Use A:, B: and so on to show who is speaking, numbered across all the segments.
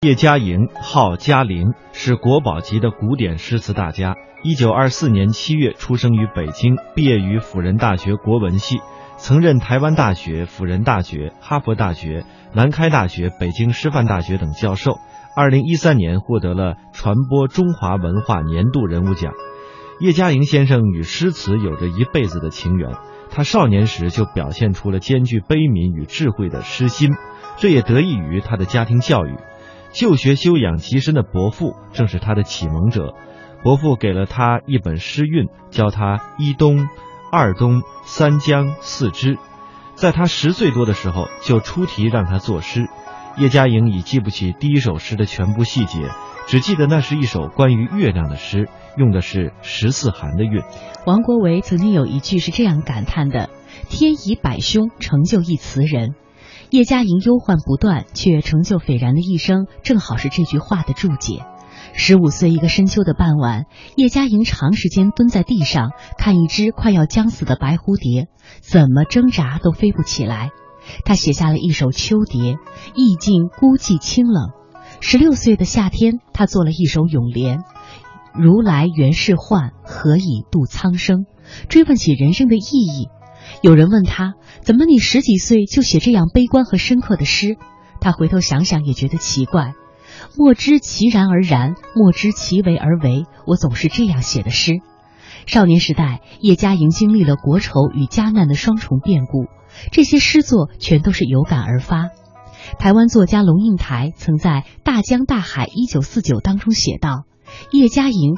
A: 叶嘉莹，号嘉玲，是国宝级的古典诗词大家。1924年7月出生于北京，毕业于辅仁大学国文系，曾任台湾大学、辅仁大学、哈佛大学、南开大学、北京师范大学等教授。2013年获得了传播中华文化年度人物奖。叶嘉莹先生与诗词有着一辈子的情缘，他少年时就表现出了兼具悲悯与智慧的诗心，这也得益于他的家庭教育。就学修养极深的伯父正是他的启蒙者，伯父给了他一本诗韵，教他一东、二东、三江、四支。在他10岁多的时候就出题让他作诗。叶嘉莹已记不起第一首诗的全部细节，只记得那是一首关于月亮的诗，用的是14寒的韵。
B: 王国维曾经有一句是这样感叹的：天以百凶成就一词人。叶嘉莹忧患不断却成就斐然的一生，正好是这句话的注解。15岁一个深秋的傍晚，叶嘉莹长时间蹲在地上，看一只快要将死的白蝴蝶，怎么挣扎都飞不起来。她写下了一首秋蝶，意境孤寂清冷。16岁的夏天，她做了一首咏莲：如来原是幻，何以度苍生，追问起人生的意义。有人问他，怎么你10几岁就写这样悲观和深刻的诗？他回头想想也觉得奇怪，莫知其然而然，莫知其为而为，我总是这样写的诗。少年时代，叶嘉莹经历了国仇与家难的双重变故，这些诗作全都是有感而发。台湾作家龙应台曾在《大江大海1949》当中写道，叶嘉莹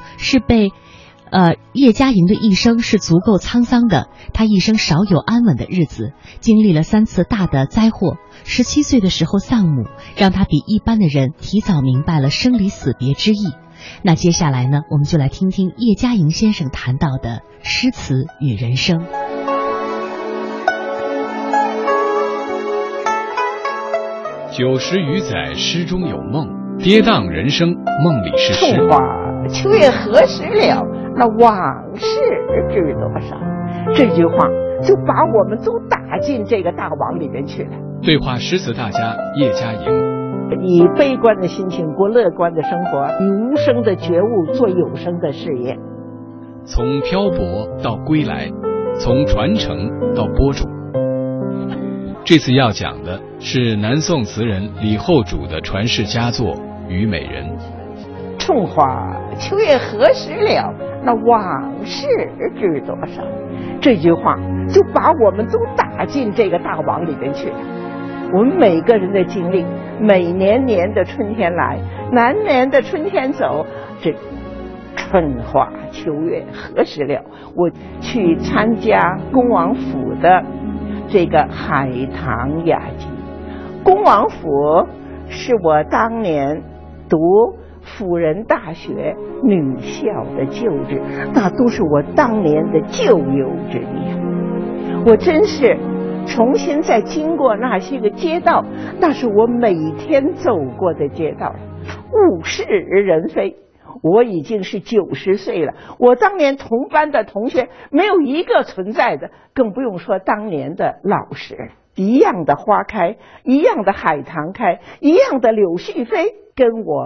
B: 的一生是足够沧桑的，她一生少有安稳的日子，经历了3次大的灾祸。17岁的时候丧母，让她比一般的人提早明白了生离死别之意。那接下来呢，我们就来听听叶嘉莹先生谈到的诗词与人生。
C: 90余载诗中有梦，跌宕人生梦里是诗。
D: 春花秋月何时了，那往事知多少。这句话就把我们都打进这个大网里面去了。
C: 对话诗词大家叶嘉莹。
D: 以悲观的心情过乐观的生活，以无声的觉悟做有声的事业。
C: 从漂泊到归来，从传承到播种。这次要讲的是南宋词人李后主的传世佳作《虞美人》。
D: 春花秋月何时了，那往事知多少。这句话就把我们都打进这个大网里面去了。我们每个人的经历，每年年的春天来，南年的春天走，这春花秋月何时了。我去参加恭王府的这个海棠雅集。恭王府是我当年读辅仁大学女校的旧址，那都是我当年的旧友之地。我真是重新再经过那些个街道，那是我每天走过的街道，物是人非。我已经是90岁了，我当年同班的同学没有一个存在的，更不用说当年的老师了。一样的花开，一样的海棠开，一样的柳絮飞，跟我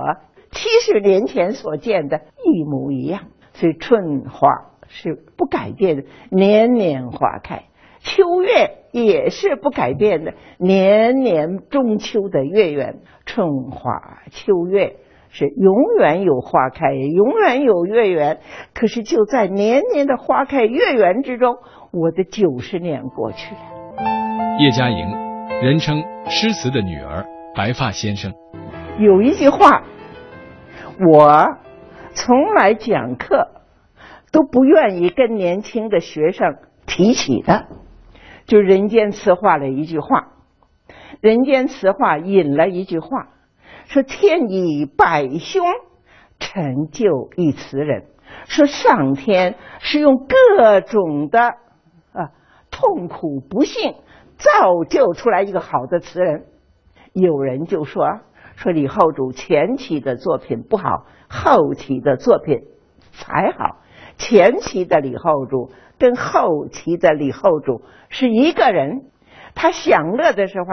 D: 70年前所见的一模一样。所以春花是不改变的，年年花开。秋月也是不改变的，年年中秋的月圆。春花秋月是永远有花开，永远有月圆。可是就在年年的花开月圆之中，我的90年过去了。
C: 叶嘉莹，人称诗词的女儿，白发先生。
D: 有一句话，我从来讲课都不愿意跟年轻的学生提起的，就人间词话的一句话。人间词话引了一句话，说天以百凶成就一词人，说上天是用各种的痛苦不幸造就出来一个好的词人。有人就说李后主前期的作品不好，后期的作品才好。前期的李后主跟后期的李后主是一个人，他享乐的时候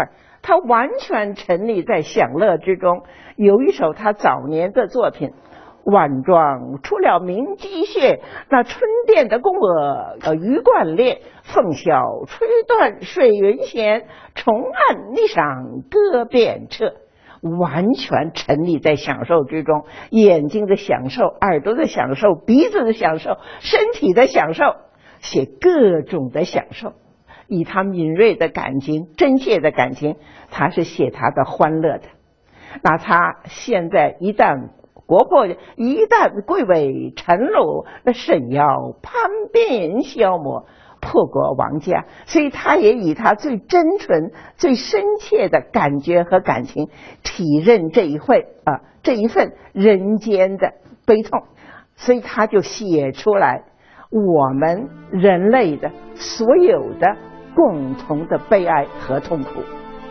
D: 他完全沉溺在享乐之中。有一首他早年的作品，晚妆出了鸣鸡穴，那春殿的宫娥鱼贯列，凤箫吹断水云闲，重按霓裳歌遍彻。完全沉溺在享受之中，眼睛的享受，耳朵的享受，鼻子的享受，身体的享受，写各种的享受。以他敏锐的感情，真切的感情，他是写他的欢乐的。那他现在一旦国破，一旦贵为臣虏，那甚要叛变消磨，破国亡家。所以他也以他最真纯最深切的感觉和感情体认这一份人间的悲痛，所以他就写出来我们人类的所有的共同的悲哀和痛苦。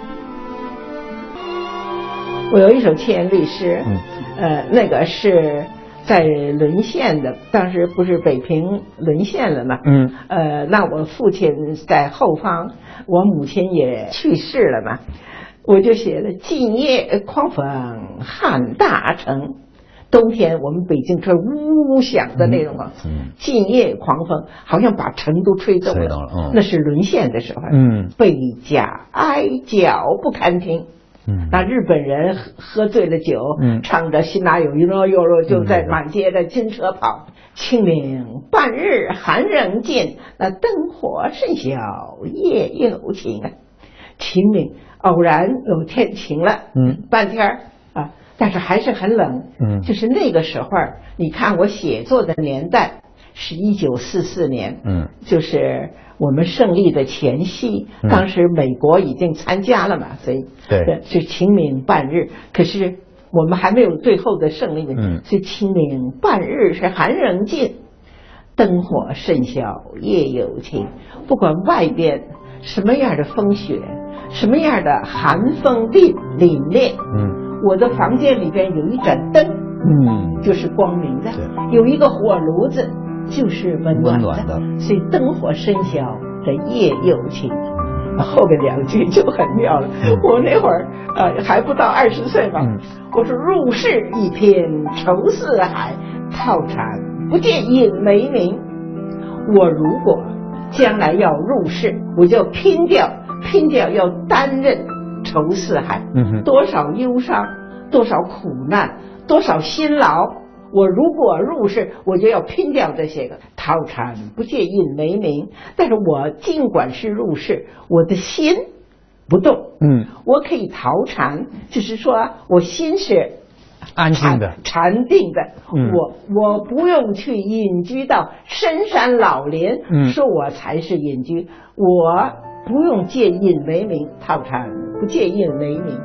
D: 我有一首七言律诗，那个是在沦陷的，当时不是北平沦陷了嘛，那我父亲在后方，我母亲也去世了嘛，我就写了今夜狂风撼大城。冬天我们北京这呜呜响的那种今夜狂风好像把城都吹动了，那是沦陷的时候，贝甲哀叫不堪听。那日本人喝醉了酒，唱着辛哪有哟哟哟，就在满街的金车跑。清明半日寒仍尽，那灯火甚小夜又晴啊。清明偶然有天晴了，半天啊，但是还是很冷。就是那个时候，你看我写作的年代是1944年，就是我们胜利的前夕，当时美国已经参加了嘛，所以对是清明半日，可是我们还没有最后的胜利呢，所以清明半日是寒仍尽，灯火甚小夜又晴。不管外边什么样的风雪，什么样的寒风凛冽，我的房间里边有一盏灯，就是光明的，有一个火炉子，就是温暖的，所以灯火甚小，这夜又晴。后面两句就很妙了。我那会儿还不到20岁嘛，我说入世一篇愁似海，套禅不见引为名。我如果将来要入世，我就拼掉要担任愁似海，多少忧伤，多少苦难，多少辛劳。我如果入世，我就要拼掉这些个，逃禅不借印为名。但是我尽管是入世，我的心不动，我可以逃禅，就是说我心是
E: 安静的、
D: 禅定的，我不用去隐居到深山老林，说我才是隐居，我不用借印为名，逃禅不借印为名。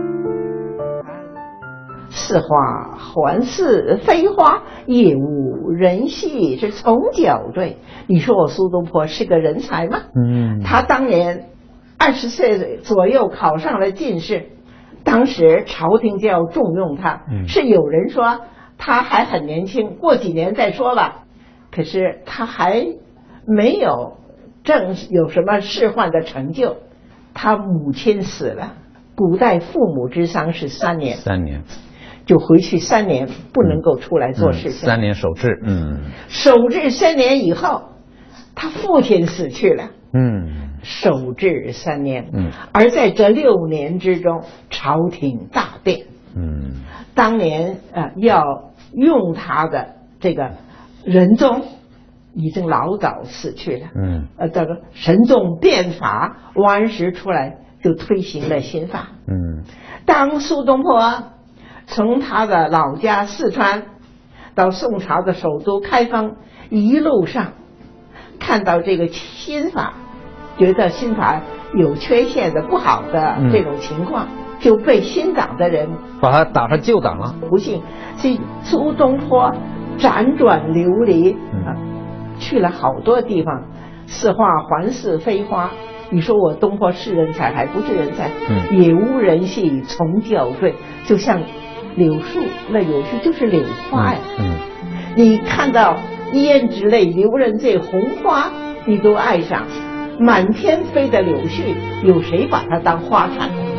D: 似花还似非花，夜无人惜，是从脚坠。你说我苏东坡是个人才吗？他当年20岁左右考上了进士，当时朝廷就要重用他，是有人说他还很年轻，过几年再说吧。可是他还没有有什么仕宦的成就，他母亲死了，古代父母之丧是3年，就回去3年，不能够出来做事情。
E: 3年守制，
D: 守制3年以后，他父亲死去了，守制3年，而在这6年之中，朝廷大变，当年要用他的这个仁宗已经老早死去了，这个神宗变法，王安石出来就推行了新法，当苏东坡从他的老家四川到宋朝的首都开封，一路上看到这个新法，觉得新法有缺陷的不好的这种情况，就被新党的人
E: 把他打成旧党了。
D: 不幸，所以苏东坡辗转流离，去了好多地方，似花还似非花。你说我东坡是人才还不是人才？也无人惜从脚坠，就像柳树，那柳树就是柳花呀。你看到胭脂泪流人醉，红花你都爱上，满天飞的柳絮，有谁把它当花看？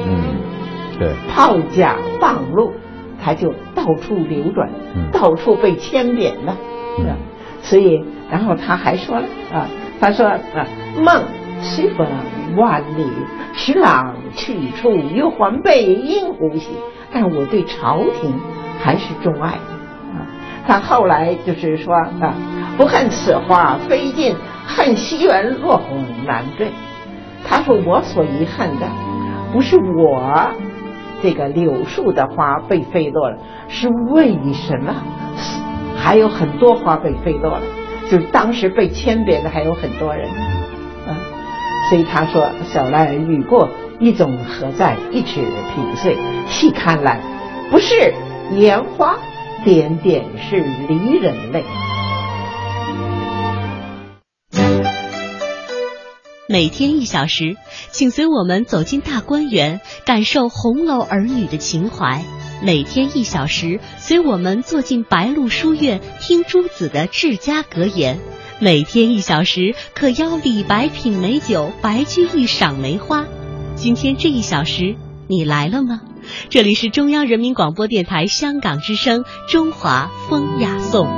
E: 对，
D: 炮甲傍路，他就到处流转，到处被牵贬了，所以然后他还说了他说梦虽逢万里，使郎去处又还被应无隙，但我对朝廷还是钟爱他后来就是说不恨此花飞尽，恨西园落红难缀。他说我所遗憾的不是我这个柳树的花被飞落了，是为什么还有很多花被飞落了，就是当时被牵别的还有很多人所以他说小来雨过，一种何在，一尺平碎，细看来不是烟花，点点是离人泪。
B: 每天1小时，请随我们走进大观园，感受红楼儿女的情怀。每天1小时，随我们坐进白鹿书院，听朱子的治家格言。每天1小时，可邀李白品美酒，白居易赏梅花。今天这1小时，你来了吗？这里是中央人民广播电台香港之声中华风雅颂。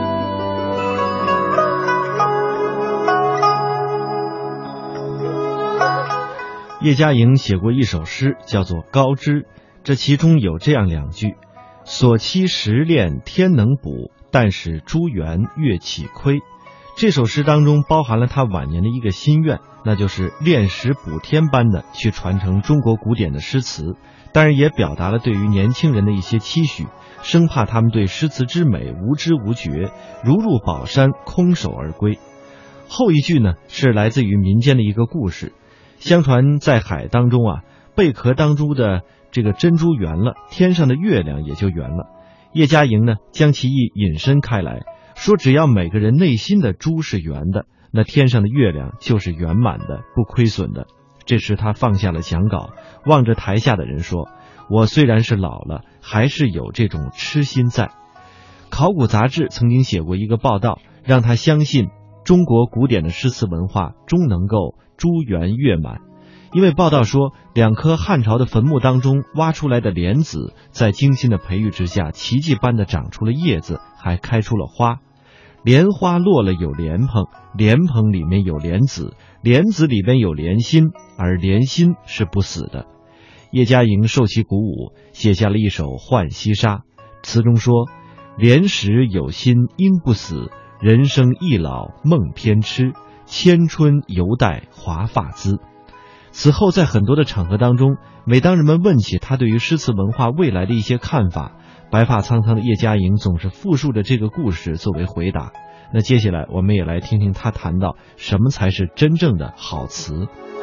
A: 叶嘉莹写过一首诗，叫做《高枝》，这其中有这样2句：所期时练天能补，但使朱元月起亏。这首诗当中包含了他晚年的一个心愿，那就是炼石补天般的去传承中国古典的诗词，当然也表达了对于年轻人的一些期许，生怕他们对诗词之美无知无觉，如入宝山空手而归。后一句呢，是来自于民间的一个故事。相传在海当中贝壳当中的这个珍珠圆了，天上的月亮也就圆了。叶嘉莹呢，将其意引申开来，说只要每个人内心的珠是圆的，那天上的月亮就是圆满的，不亏损的。这时他放下了讲稿，望着台下的人说：我虽然是老了，还是有这种痴心在。考古杂志曾经写过一个报道，让他相信中国古典的诗词文化终能够珠圆月满。因为报道说，2颗汉朝的坟墓当中挖出来的莲子，在精心的培育之下，奇迹般的长出了叶子，还开出了花。莲花落了有莲蓬，莲蓬里面有莲子，莲子里面有莲心，而莲心是不死的。叶嘉莹受其鼓舞，写下了一首《浣溪沙》，词中说：莲石有心应不死，人生易老梦偏痴，千春犹待华发滋。此后在很多的场合当中，每当人们问起他对于诗词文化未来的一些看法，白发苍苍的叶嘉莹总是复述着这个故事作为回答。那接下来我们也来听听他谈到什么才是真正的好词。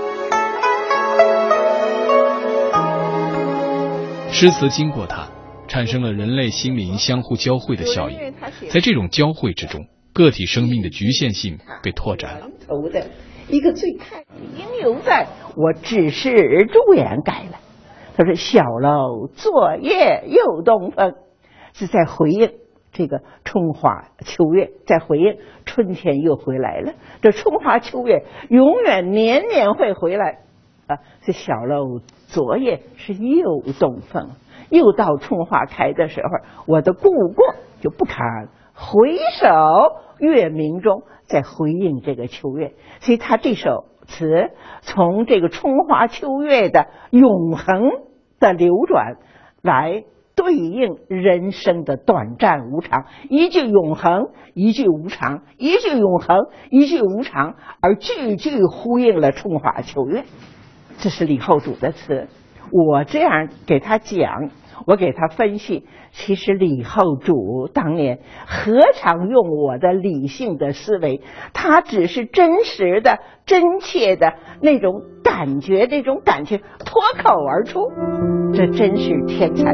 C: 诗词经过它，产生了人类心灵相互交汇的效应。在这种交汇之中，个体生命的局限性被拓展了。
D: 一个最开应留在我只是朱颜改了。他说小楼昨夜又东风，是在回应这个春华秋月，在回应春天又回来了。这春华秋月永远年年会回来这小楼昨夜是又东风，又到春花开的时候，我的故国就不堪回首月明中，在回应这个秋月。所以他这首词从这个春花秋月的永恒的流转来对应人生的短暂无常，一句永恒，一句无常，一句永恒，一句无常，而句句呼应了春花秋月。这是李后主的词。我这样给他讲，我给他分析，其实李后主当年何尝用我的理性的思维，他只是真实的真切的那种感觉，那种感情脱口而出，这真是天才。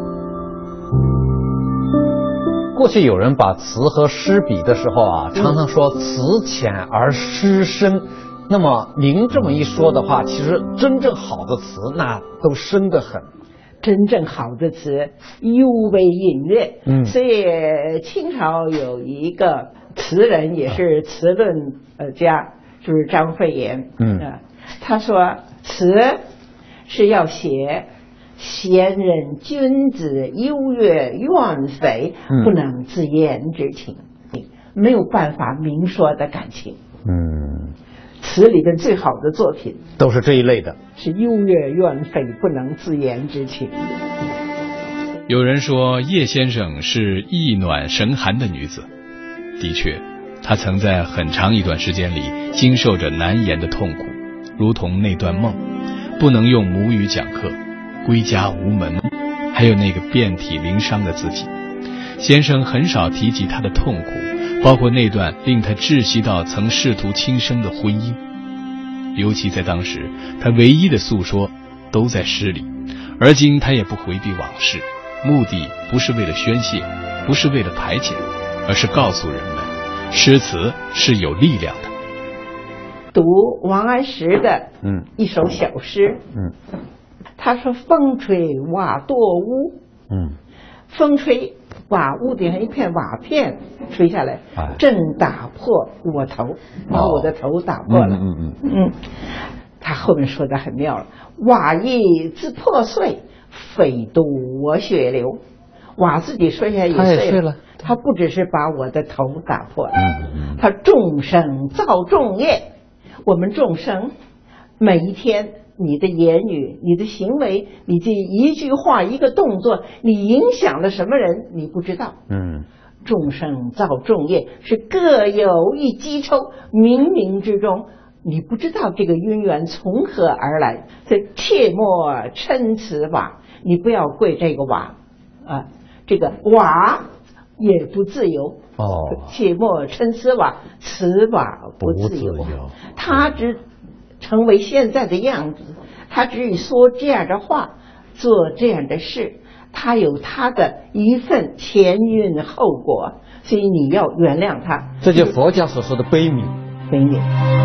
E: 过去有人把词和诗比的时候常常说词浅而诗深。那么您这么一说的话，其实真正好的词那都深得很。
D: 真正好的词尤为隐略。所以清朝有一个词人，也是词论家，就是张惠言。他说词是要写贤人君子优越怨匪，不能自言之情，没有办法明说的感情。词里边最好的作品
E: 都是这一类的，
D: 是优越怨匪，不能自言之情。
C: 有人说叶先生是意暖神寒的女子，的确，她曾在很长一段时间里经受着难言的痛苦，如同那段梦，不能用母语讲课，归家无门，还有那个遍体鳞伤的自己。先生很少提及她的痛苦，包括那段令他窒息到曾试图轻生的婚姻。尤其在当时，他唯一的诉说都在诗里，而今他也不回避往事，目的不是为了宣泄，不是为了排解，而是告诉人们，诗词是有力量的。
D: 读王安石的一首小诗，他说风吹瓦堕屋，风吹瓦屋顶上一片瓦片吹下来，正打破我头，把我的头打破了。他后面说的很妙了，瓦亦自破碎，非独我血流。瓦自己摔下也碎了，他不只是把我的头打破了，他众生造众业。我们众生每一天，你的言语，你的行为，你这一句话一个动作，你影响了什么人你不知道。众生造众业，是各有一机抽，冥冥之中你不知道这个因缘从何而来。所以切莫嗔此瓦，你不要跪这个瓦啊，这个瓦也不自由。切莫嗔此瓦，此瓦不自由。他只成为现在的样子，他只说这样的话，做这样的事，他有他的一份前因后果，所以你要原谅他。
E: 这就佛家所说的悲悯。
D: 悲悯。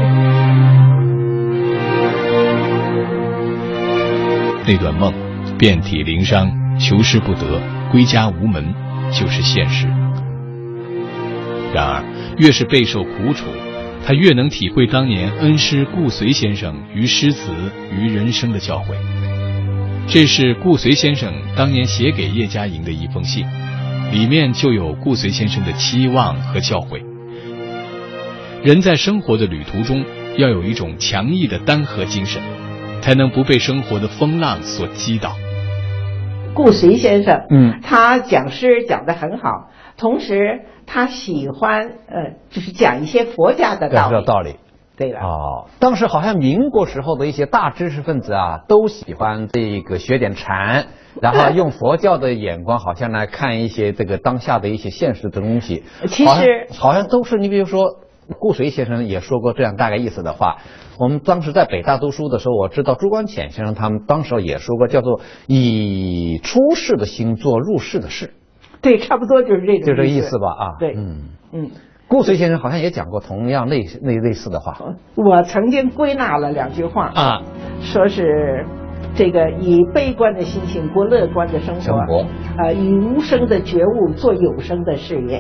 C: 那段梦，遍体鳞伤，求师不得，归家无门，就是现实。然而，越是备受苦楚，他越能体会当年恩师顾随先生于诗词于人生的教诲。这是顾随先生当年写给叶嘉莹的一封信，里面就有顾随先生的期望和教诲。人在生活的旅途中，要有一种强毅的单核精神，才能不被生活的风浪所击倒。
D: 顾随先生，他讲诗讲得很好，同时他喜欢就是讲一些佛家的道理。对了，
E: 当时好像民国时候的一些大知识分子啊，都喜欢这个学点禅，然后用佛教的眼光，好像来看一些这个当下的一些现实的东西。
D: 其实
E: 好像都是，你比如说顾随先生也说过这样大概意思的话。我们当时在北大读书的时候，我知道朱光潜先生他们当时也说过，叫做以出世的心做入世的事。
D: 对，差不多就是这个，
E: 就这个意思吧啊。
D: 对，
E: 顾随先生好像也讲过同样类似的话。
D: 我曾经归纳了2句话啊，说是这个以悲观的心情过乐观的生活，以无声的觉悟做有声的事业。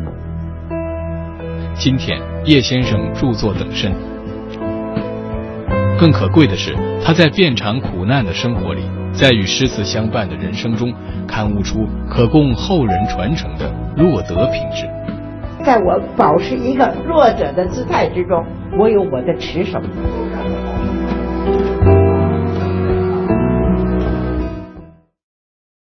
C: 今天叶先生著作等身，更可贵的是，他在遍尝苦难的生活里，在与诗词相伴的人生中，刊物出可供后人传承的弱德品质。
D: 在我保持一个弱者的姿态之中，我有我的持守。